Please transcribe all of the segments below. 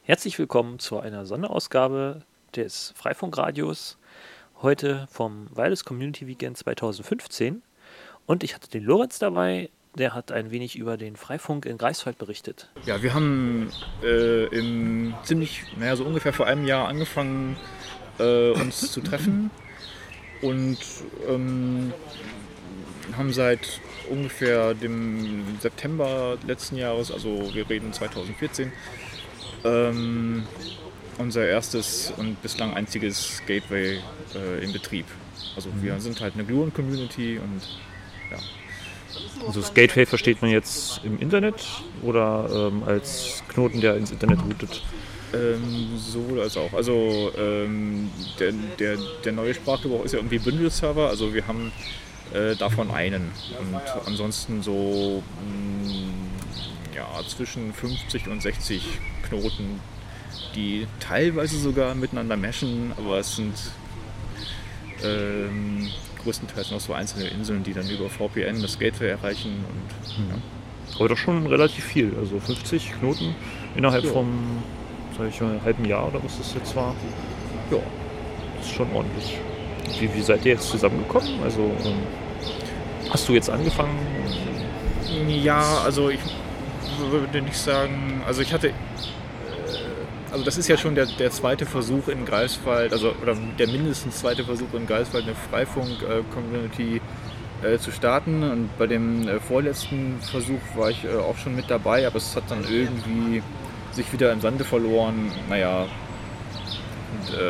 Herzlich willkommen zu einer Sonderausgabe des Freifunkradios, heute vom Wireless Community Weekend 2015. Und ich hatte den Lorenz dabei, der hat ein wenig über den Freifunk in Greifswald berichtet. Ja, wir haben so ungefähr vor einem Jahr angefangen, uns zu treffen und haben seit ungefähr dem September letzten Jahres, also wir reden 2014, unser erstes und bislang einziges Gateway in Betrieb. Also wir sind halt eine Gluon-Community und ja. Also das Gateway versteht man jetzt im Internet oder als Knoten, der ins Internet routet? Sowohl als auch. Also der neue Sprachgebrauch ist ja irgendwie Bündelserver, also wir haben davon einen. Und ansonsten so zwischen 50 und 60 Knoten, die teilweise sogar miteinander meshen, aber es sind größtenteils noch so einzelne Inseln, die dann über VPN das Gateway erreichen. Und, ja. Aber doch schon relativ viel, also 50 Knoten innerhalb vom halben Jahr oder was das jetzt war. Ja, das ist schon ordentlich. Wie seid ihr jetzt zusammengekommen? Also hast du jetzt angefangen? Ja, also ich würde nicht sagen, also ich hatte, also das ist ja schon der zweite Versuch in Greifswald, oder der mindestens zweite Versuch in Greifswald, eine Freifunk-Community zu starten, und bei dem vorletzten Versuch war ich auch schon mit dabei, aber es hat dann irgendwie sich wieder im Sande verloren, und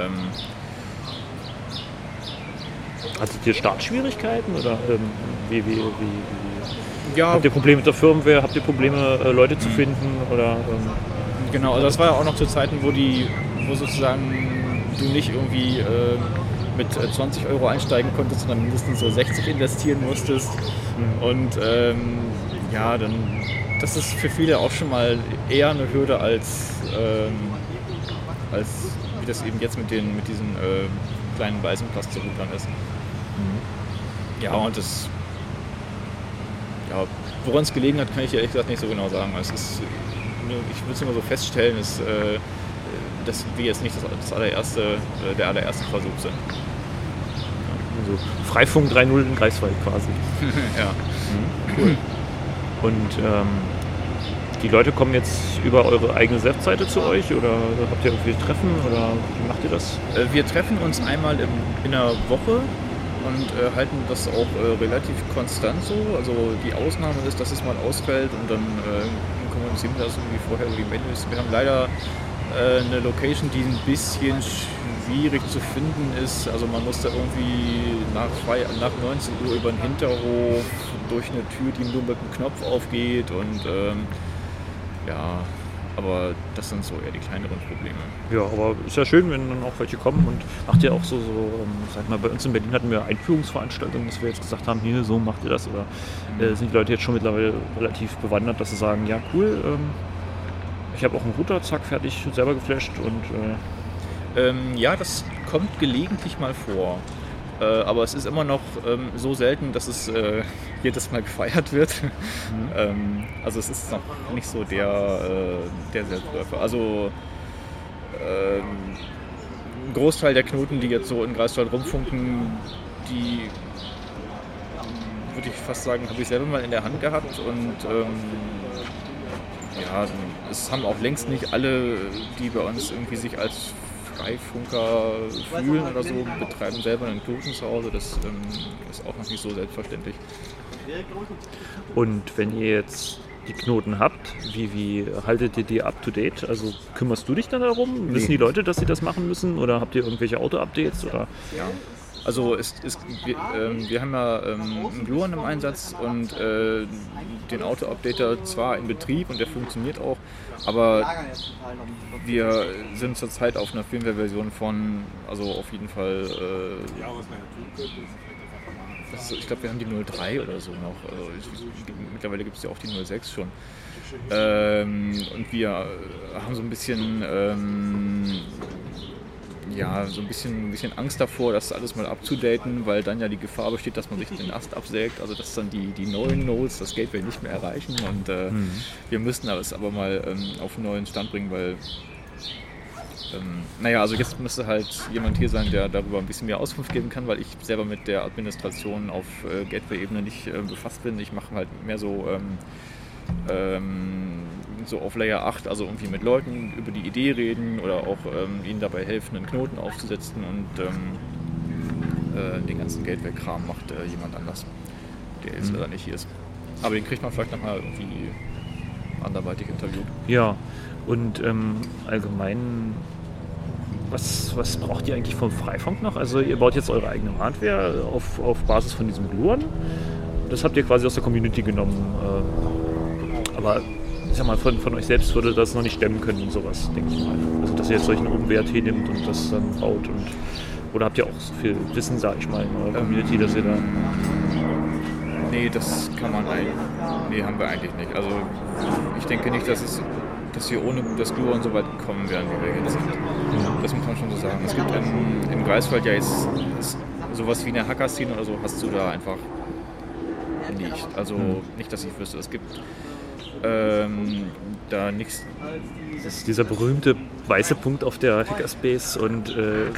hattet ihr Startschwierigkeiten oder wie? Ja, habt ihr Probleme mit der Firmware? Habt ihr Probleme, Leute zu finden? Oder, Genau, also das war ja auch noch zu Zeiten, wo sozusagen du nicht irgendwie mit 20 € einsteigen konntest, sondern mindestens so 60 investieren musstest. Und das ist für viele auch schon mal eher eine Hürde als wie das eben jetzt mit diesen kleinen weißen Plastikroutern ist. Ja, und das, woran es gelegen hat, kann ich ehrlich gesagt nicht so genau sagen. Ich würde es nur so feststellen, dass wir jetzt nicht der allererste Versuch sind. Also Freifunk 3.0 in Greifswald quasi. Ja. Cool. Und die Leute kommen jetzt über eure eigene Webseite zu euch oder habt ihr irgendwie Treffen oder wie macht ihr das? Wir treffen uns einmal in einer Woche und halten das auch relativ konstant so. Also die Ausnahme ist, dass es mal ausfällt und dann kommunizieren wir das irgendwie vorher über die Mailliste. Wir haben leider eine Location, die ein bisschen schwierig zu finden ist. Also man muss da irgendwie nach 19 Uhr über den Hinterhof durch eine Tür, die nur mit einem Knopf aufgeht, und aber das sind so eher die kleineren Probleme. Ja, aber ist ja schön, wenn dann auch welche kommen, und macht ihr auch so sag mal, bei uns in Berlin hatten wir Einführungsveranstaltungen, dass wir jetzt gesagt haben, hier, so macht ihr das, oder sind die Leute jetzt schon mittlerweile relativ bewandert, dass sie sagen, ja cool, ich habe auch einen Router, zack, fertig, selber geflasht und das kommt gelegentlich mal vor. Aber es ist immer noch so selten, dass es jedes Mal gefeiert wird. Also es ist noch nicht so der Selbstläufer. Also ein Großteil der Knoten, die jetzt so in Greifswald rumfunken, die würde ich fast sagen, habe ich selber mal in der Hand gehabt, und es haben auch längst nicht alle, die bei uns irgendwie sich als Freifunker fühlen oder so, betreiben selber einen Knoten zu Hause. Das ist auch noch nicht so selbstverständlich. Und wenn ihr jetzt die Knoten habt, wie haltet ihr die up to date? Also kümmerst du dich dann darum? Wissen die Leute, dass sie das machen müssen? Oder habt ihr irgendwelche Auto-Updates? Oder? Ja. Also wir haben ja einen Gluon im Einsatz und den Auto-Updater zwar in Betrieb und der funktioniert auch, aber wir sind zurzeit auf einer Firmware-Version von, also auf jeden Fall, ich glaube wir haben die 0.3 oder so noch, also mittlerweile gibt es ja auch die 0.6 schon. Und wir haben so ein bisschen so ein bisschen Angst davor, das alles mal abzudaten, weil dann ja die Gefahr besteht, dass man sich den Ast absägt, also dass dann die neuen Nodes das Gateway nicht mehr erreichen, und wir müssten das aber mal auf einen neuen Stand bringen, weil Naja, also jetzt müsste halt jemand hier sein, der darüber ein bisschen mehr Auskunft geben kann, weil ich selber mit der Administration auf Gateway-Ebene nicht befasst bin. Ich mache halt mehr so auf Layer 8, also irgendwie mit Leuten über die Idee reden oder auch ihnen dabei helfen, einen Knoten aufzusetzen und den ganzen Gateway-Kram macht jemand anders, der jetzt leider nicht hier ist. Aber den kriegt man vielleicht nochmal irgendwie anderweitig interviewt. Ja, und allgemein, was braucht ihr eigentlich vom Freifunk noch? Also ihr baut jetzt eure eigene Hardware auf Basis von diesem Gluon. Das habt ihr quasi aus der Community genommen. Aber ich sag mal, von euch selbst würde das noch nicht stemmen können, sowas, denke ich mal. Also dass ihr jetzt solchen OpenWrt nehmt und das dann baut. Oder habt ihr auch so viel Wissen, sag ich mal, in eurer Community, dass ihr da... Nee, das kann man eigentlich... Nee, haben wir eigentlich nicht. Also ich denke nicht, dass wir ohne das Gluon so weit kommen werden, wie wir jetzt sind. Das muss man schon so sagen. Es gibt im Greifswald ja jetzt sowas wie eine Hacker-Szene oder so, hast du da einfach nicht. Also nicht, dass ich wüsste. Es gibt da nichts. Das ist dieser berühmte weiße Punkt auf der Hackerspace und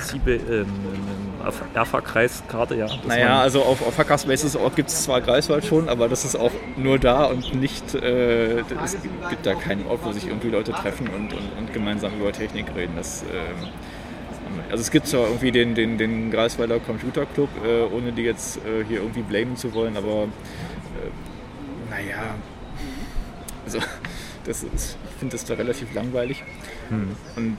Erfa-Kreiskarte, ja. Naja, also auf Hackerspaces gibt es zwar Greifswald schon, aber das ist auch nur da und nicht, es gibt da keinen Ort, wo sich irgendwie Leute treffen und gemeinsam über Technik reden. Also es gibt zwar irgendwie den Greifswalder Computer Club, ohne die jetzt hier irgendwie blamen zu wollen, aber naja, also ich finde das da relativ langweilig. Und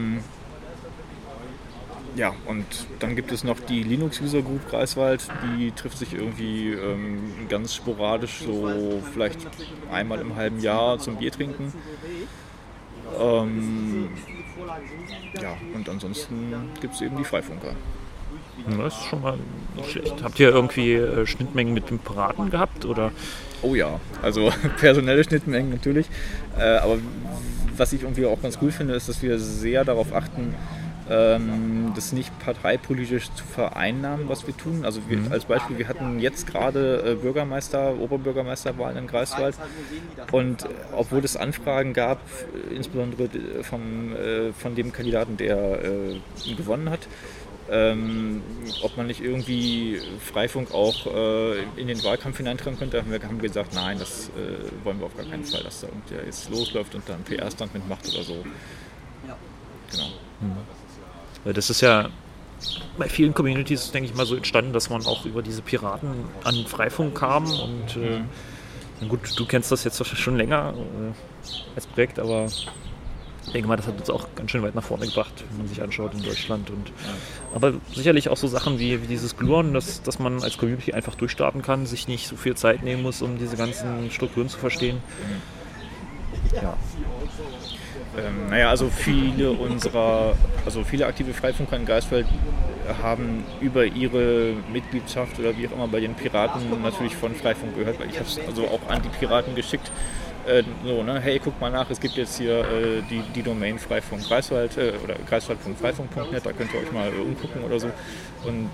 ja, und dann gibt es noch die Linux User Group Greifswald, die trifft sich irgendwie ganz sporadisch, so vielleicht einmal im halben Jahr zum Bier trinken. Ja, und ansonsten gibt es eben die Freifunker. Das ist schon mal nicht schlecht. Habt ihr irgendwie Schnittmengen mit dem Piraten gehabt? Oder? Oh ja, also personelle Schnittmengen natürlich. Aber was ich irgendwie auch ganz cool finde, ist, dass wir sehr darauf achten, das nicht parteipolitisch zu vereinnahmen, was wir tun. Also als Beispiel, wir hatten jetzt gerade Oberbürgermeisterwahlen in Greifswald und obwohl es Anfragen gab, insbesondere von dem Kandidaten, der gewonnen hat, ob man nicht irgendwie Freifunk auch in den Wahlkampf hineintragen könnte, haben wir gesagt, nein, das wollen wir auf gar keinen Fall, dass da irgendwer jetzt losläuft und da einen PR-Stand mitmacht oder so. Genau. Das ist ja bei vielen Communities, denke ich mal, so entstanden, dass man auch über diese Piraten an Freifunk kam und gut, du kennst das jetzt schon länger als Projekt, aber ich denke mal, das hat uns auch ganz schön weit nach vorne gebracht, wenn man sich anschaut in Deutschland. Aber sicherlich auch so Sachen wie dieses Gluon, dass man als Community einfach durchstarten kann, sich nicht so viel Zeit nehmen muss, um diese ganzen Strukturen zu verstehen. Ja. Naja, also viele aktive Freifunker in Greifswald haben über ihre Mitgliedschaft oder wie auch immer bei den Piraten natürlich von Freifunk gehört, weil ich habe es also auch an die Piraten geschickt. Hey, guck mal nach, es gibt jetzt hier die Domain Freifunk Greifswald oder greifswald.freifunk.net, da könnt ihr euch mal umgucken oder so. Und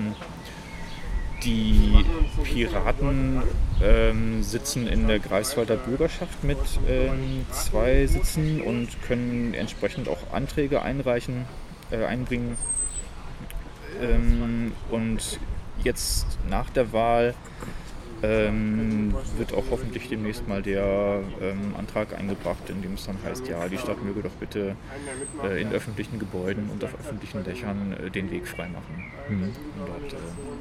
die Piraten sitzen in der Greifswalder Bürgerschaft mit 2 Sitzen und können entsprechend auch Anträge einbringen. Und jetzt nach der Wahl wird auch hoffentlich demnächst mal der Antrag eingebracht, in dem es dann heißt, ja, die Stadt möge doch bitte in öffentlichen Gebäuden und auf öffentlichen Dächern den Weg freimachen. Und dort,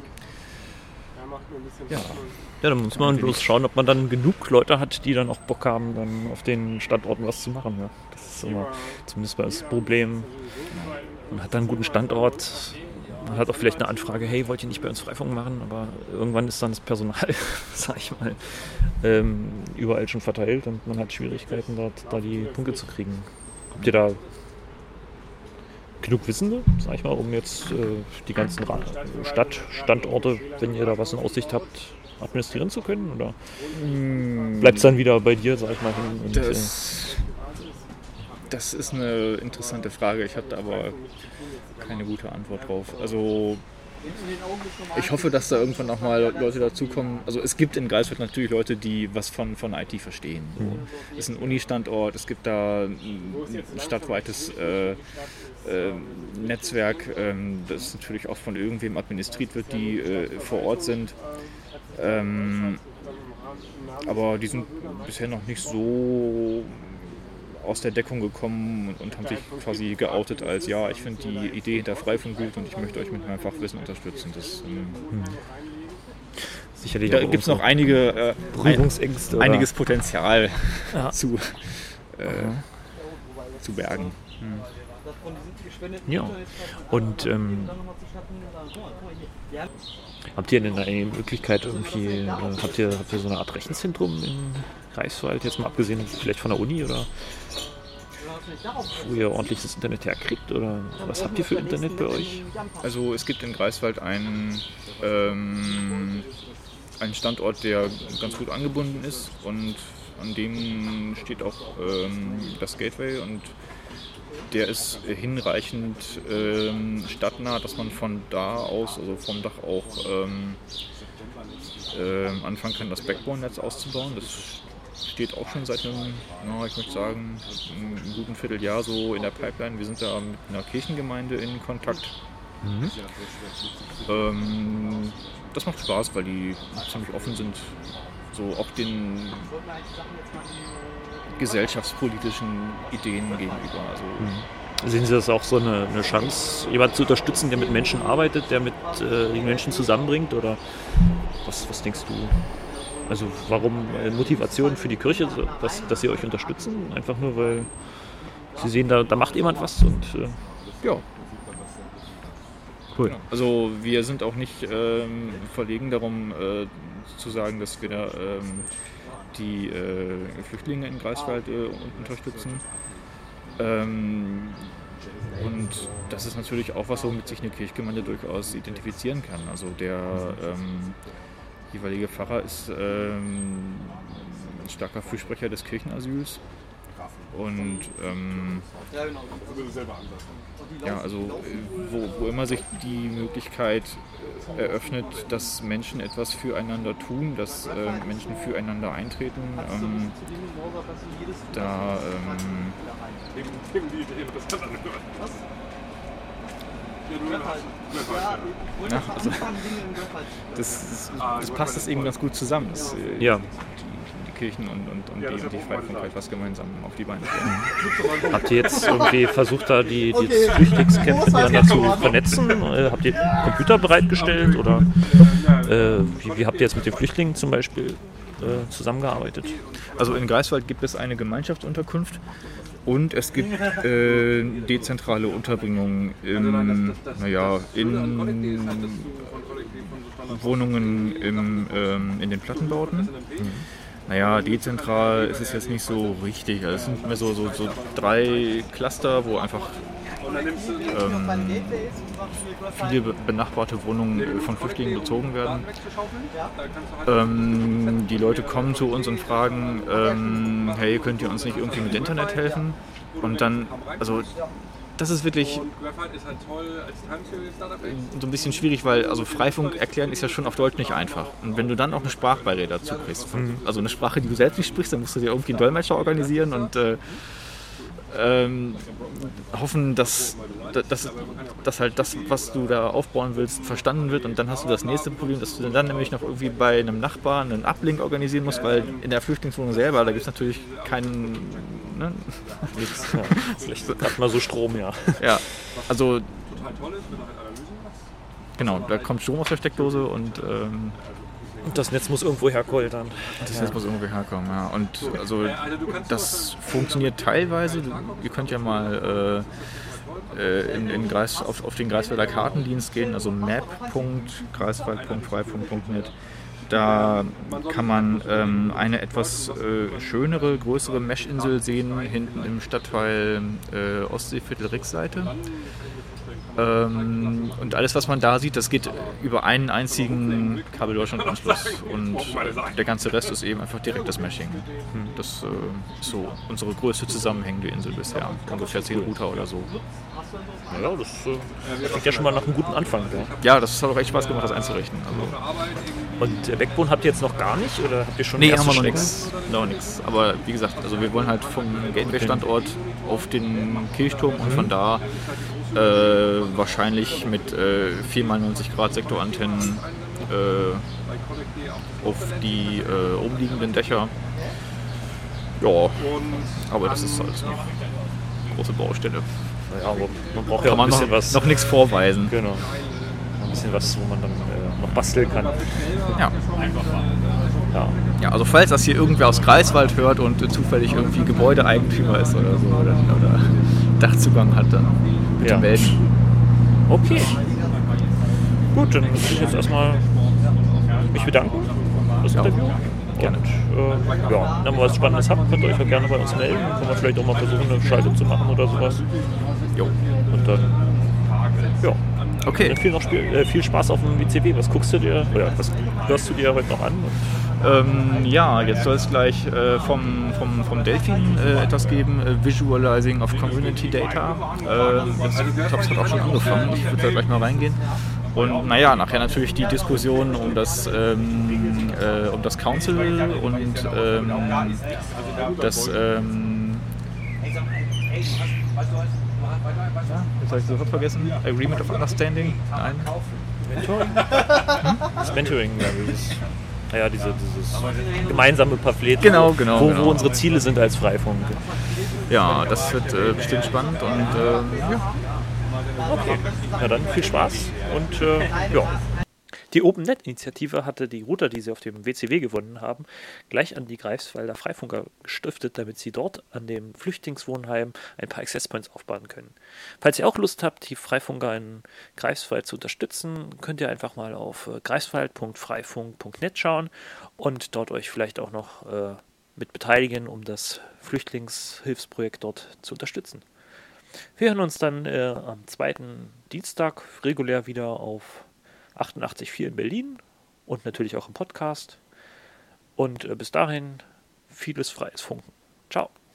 ja, dann muss man bloß schauen, ob man dann genug Leute hat, die dann auch Bock haben, dann auf den Standorten was zu machen. Ja. Das ist immer zumindest bei uns das Problem. Man hat dann einen guten Standort, man hat auch vielleicht eine Anfrage, hey, wollt ihr nicht bei uns Freifunk machen? Aber irgendwann ist dann das Personal, sag ich mal, überall schon verteilt und man hat Schwierigkeiten, da die Punkte zu kriegen. Habt ihr da genug Wissende, sag ich mal, um jetzt die ganzen Stadtstandorte, wenn ihr da was in Aussicht habt, administrieren zu können? Oder bleibt es dann wieder bei dir, sag ich mal, hin? Und, das ist eine interessante Frage. Ich habe da aber keine gute Antwort drauf. Also Ich hoffe, dass da irgendwann auch mal Leute dazukommen. Also es gibt in Greifswald natürlich Leute, die was von IT verstehen. So. Ist ein Uni-Standort, es gibt da ein stadtweites Netzwerk, das natürlich auch von irgendwem administriert wird, die vor Ort sind. Aber die sind bisher noch nicht so aus der Deckung gekommen und haben sich quasi geoutet als, ja, ich finde die Idee hinter Freifunk gut und ich möchte euch mit meinem Fachwissen unterstützen. Das, sicherlich da gibt es noch einige Berührungsängste, einiges Potenzial zu bergen. Ja. Und habt ihr denn eine Möglichkeit irgendwie, habt ihr so eine Art Rechenzentrum in Greifswald, jetzt mal abgesehen vielleicht von der Uni, oder wo ihr ordentliches Internet herkriegt, oder was habt ihr für Internet bei euch? Also es gibt in Greifswald einen Standort, der ganz gut angebunden ist und an dem steht auch das Gateway und der ist hinreichend stadtnah, dass man von da aus, also vom Dach auch anfangen kann, das Backbone-Netz auszubauen. Das steht auch schon seit einem, ich möchte sagen, einem guten Vierteljahr so in der Pipeline. Wir sind da mit einer Kirchengemeinde in Kontakt. Das macht Spaß, weil die ziemlich offen sind, so auch den gesellschaftspolitischen Ideen gegenüber. Also sehen Sie das auch so eine Chance, jemanden zu unterstützen, der mit Menschen arbeitet, der mit den Menschen zusammenbringt? Oder was denkst du? Also warum Motivation für die Kirche, dass sie euch unterstützen? Einfach nur, weil sie sehen, da macht jemand was und ja. Cool. Also wir sind auch nicht verlegen darum zu sagen, dass wir da die Flüchtlinge in Greifswald unterstützen. Und das ist natürlich auch was, womit sich eine Kirchgemeinde durchaus identifizieren kann. Also der jeweilige Pfarrer ist ein starker Fürsprecher des Kirchenasyls. Und also wo immer sich die Möglichkeit eröffnet, dass Menschen etwas füreinander tun, dass Menschen füreinander eintreten, also das passt das eben ganz gut zusammen. Dass, die Kirchen und die Freifunk was gemeinsam auf die Beine stellen. Habt ihr jetzt irgendwie versucht, da die Flüchtlingscamps miteinander zu vernetzen? Habt ihr Computer bereitgestellt? Oder wie habt ihr jetzt mit den Flüchtlingen zum Beispiel zusammengearbeitet? Also in Greifswald gibt es eine Gemeinschaftsunterkunft und es gibt dezentrale Unterbringungen in Wohnungen in den Plattenbauten. Naja, dezentral ist es jetzt nicht so richtig. Also es sind mehr so 3 Cluster, wo einfach viele benachbarte Wohnungen von Flüchtlingen bezogen werden. Die Leute kommen zu uns und fragen, hey, könnt ihr uns nicht irgendwie mit Internet helfen? Und dann, also das ist wirklich so ein bisschen schwierig, weil also Freifunk erklären ist ja schon auf Deutsch nicht einfach. Und wenn du dann auch eine Sprachbarriere dazu kriegst, also eine Sprache, die du selbst nicht sprichst, dann musst du dir irgendwie einen Dolmetscher organisieren und hoffen, dass halt das, was du da aufbauen willst, verstanden wird. Und dann hast du das nächste Problem, dass du dann nämlich noch irgendwie bei einem Nachbarn einen Uplink organisieren musst, weil in der Flüchtlingswohnung selber, da gibt es natürlich keinen... Ne? Vielleicht hat man so Strom, ja. Ja, also... Genau, da kommt Strom aus der Steckdose und das Netz muss irgendwo herkommen dann. Das Netz muss irgendwo herkommen, ja. Und also das funktioniert teilweise. Ihr könnt ja mal auf den Greifswalder Kartendienst gehen, also map.greifswald.freifunk.net. Da kann man eine etwas schönere, größere Mesh-Insel sehen, hinten im Stadtteil Ostseeviertel Rixseite. Und alles, was man da sieht, das geht über einen einzigen Kabel-Deutschland-Anschluss und der ganze Rest ist eben einfach direkt das Meshing. Das ist so unsere größte zusammenhängende Insel bisher. Ungefähr 10 Router oder so. Ja, das klingt ja schon mal nach einem guten Anfang. Ja, das hat auch echt Spaß gemacht, das einzurichten. Also. Und Backbone habt ihr jetzt noch gar nicht? Oder habt ihr schon Nee, haben wir noch nichts. Aber wie gesagt, also wir wollen halt vom Gateway-Standort auf den Kirchturm und von da wahrscheinlich mit 4x90 Grad Sektorantennen auf die umliegenden Dächer. Ja, aber das ist halt eine große Baustelle. Ja, aber man braucht ja auch ein bisschen was. Noch nichts vorweisen. Genau. Ein bisschen was, wo man dann noch basteln kann. Ja. Ja, also falls das hier irgendwer aus Greifswald hört und zufällig irgendwie Gebäudeeigentümer ist oder so oder Dachzugang hat, dann bitte melden. Okay. Gut, dann muss ich jetzt erstmal mich bedanken für das Interview. Gerne. Und wenn ihr was Spannendes habt, könnt ihr euch ja gerne bei uns melden. Dann können wir vielleicht auch mal versuchen, eine Schaltung zu machen oder sowas. Jo. Und dann, ja. Okay. Dann viel Spaß auf dem WCW. Was guckst du dir, oder was hörst du dir heute noch an? Ja, jetzt soll es gleich vom Delphin etwas geben, Visualizing of Community Data. Ich glaube, es hat auch schon angefangen, ich würde da gleich mal reingehen. Und naja, nachher natürlich die Diskussion um das Council und das jetzt habe ich sofort vergessen. Agreement of Understanding? Nein. Mentoring? Das Mentoring, glaube ich. Naja, dieses gemeinsame Pamphlet, genau. Wo unsere Ziele sind als Freifunk. Ja, das wird bestimmt spannend und ja. Okay, na dann viel Spaß und ja. Die OpenNet-Initiative hatte die Router, die sie auf dem WCW gewonnen haben, gleich an die Greifswalder Freifunker gestiftet, damit sie dort an dem Flüchtlingswohnheim ein paar Access Points aufbauen können. Falls ihr auch Lust habt, die Freifunker in Greifswald zu unterstützen, könnt ihr einfach mal auf greifswald.freifunk.net schauen und dort euch vielleicht auch noch mit beteiligen, um das Flüchtlingshilfsprojekt dort zu unterstützen. Wir hören uns dann am 2. Dienstag regulär wieder auf 88.4 in Berlin und natürlich auch im Podcast. Und bis dahin vieles freies Funken. Ciao.